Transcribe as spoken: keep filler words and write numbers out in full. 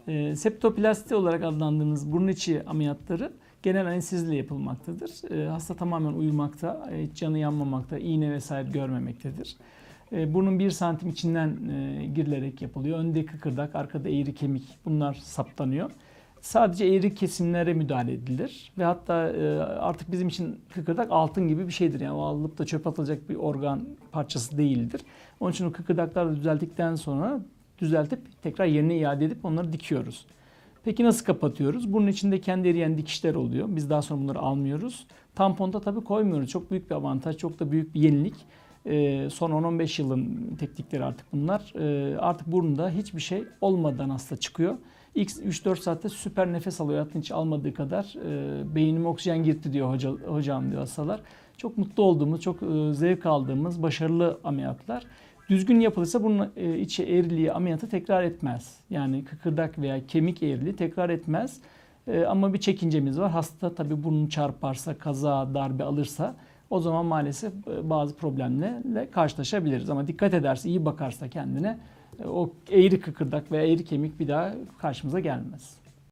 E, septoplasti olarak adlandırdığımız burun içi ameliyatları genel anestezle yapılmaktadır. E, hasta tamamen uyumakta, e, hiç canı yanmamakta, iğne vesaire görmemektedir. E, burnun bir santim içinden e, girilerek yapılıyor. Önde kıkırdak, arkada eğri kemik, bunlar saptanıyor. Sadece eğri kesimlere müdahale edilir ve hatta e, artık bizim için kıkırdak altın gibi bir şeydir. Yani o alıp da çöpe atılacak bir organ parçası değildir. Onun için o kıkırdakları düzelttikten sonra düzeltip tekrar yerine iade edip onları dikiyoruz. Peki nasıl kapatıyoruz? Bunun içinde kendi eriyen dikişler oluyor. Biz daha sonra bunları almıyoruz. Tamponda tabii koymuyoruz. Çok büyük bir avantaj, çok da büyük bir yenilik. Ee, son on on beş yılın teknikleri artık bunlar. Ee, artık burnunda hiçbir şey olmadan hasta çıkıyor. İlk üç dört saatte süper nefes alıyor. Hayatın hiç almadığı kadar. E, beynime oksijen girdi diyor hoca, hocam diyor hastalar. Çok mutlu olduğumuz, çok e, zevk aldığımız başarılı ameliyatlar. Düzgün yapılırsa bunun e, içi eğriliği ameliyatı tekrar etmez. Yani kıkırdak veya kemik eğriliği tekrar etmez. E, ama bir çekincemiz var. Hasta tabii burnunu çarparsa, kaza, darbe alırsa o zaman maalesef e, bazı problemlerle karşılaşabiliriz. Ama dikkat ederse, iyi bakarsa kendine, o eğri kıkırdak veya eğri kemik bir daha karşımıza gelmez.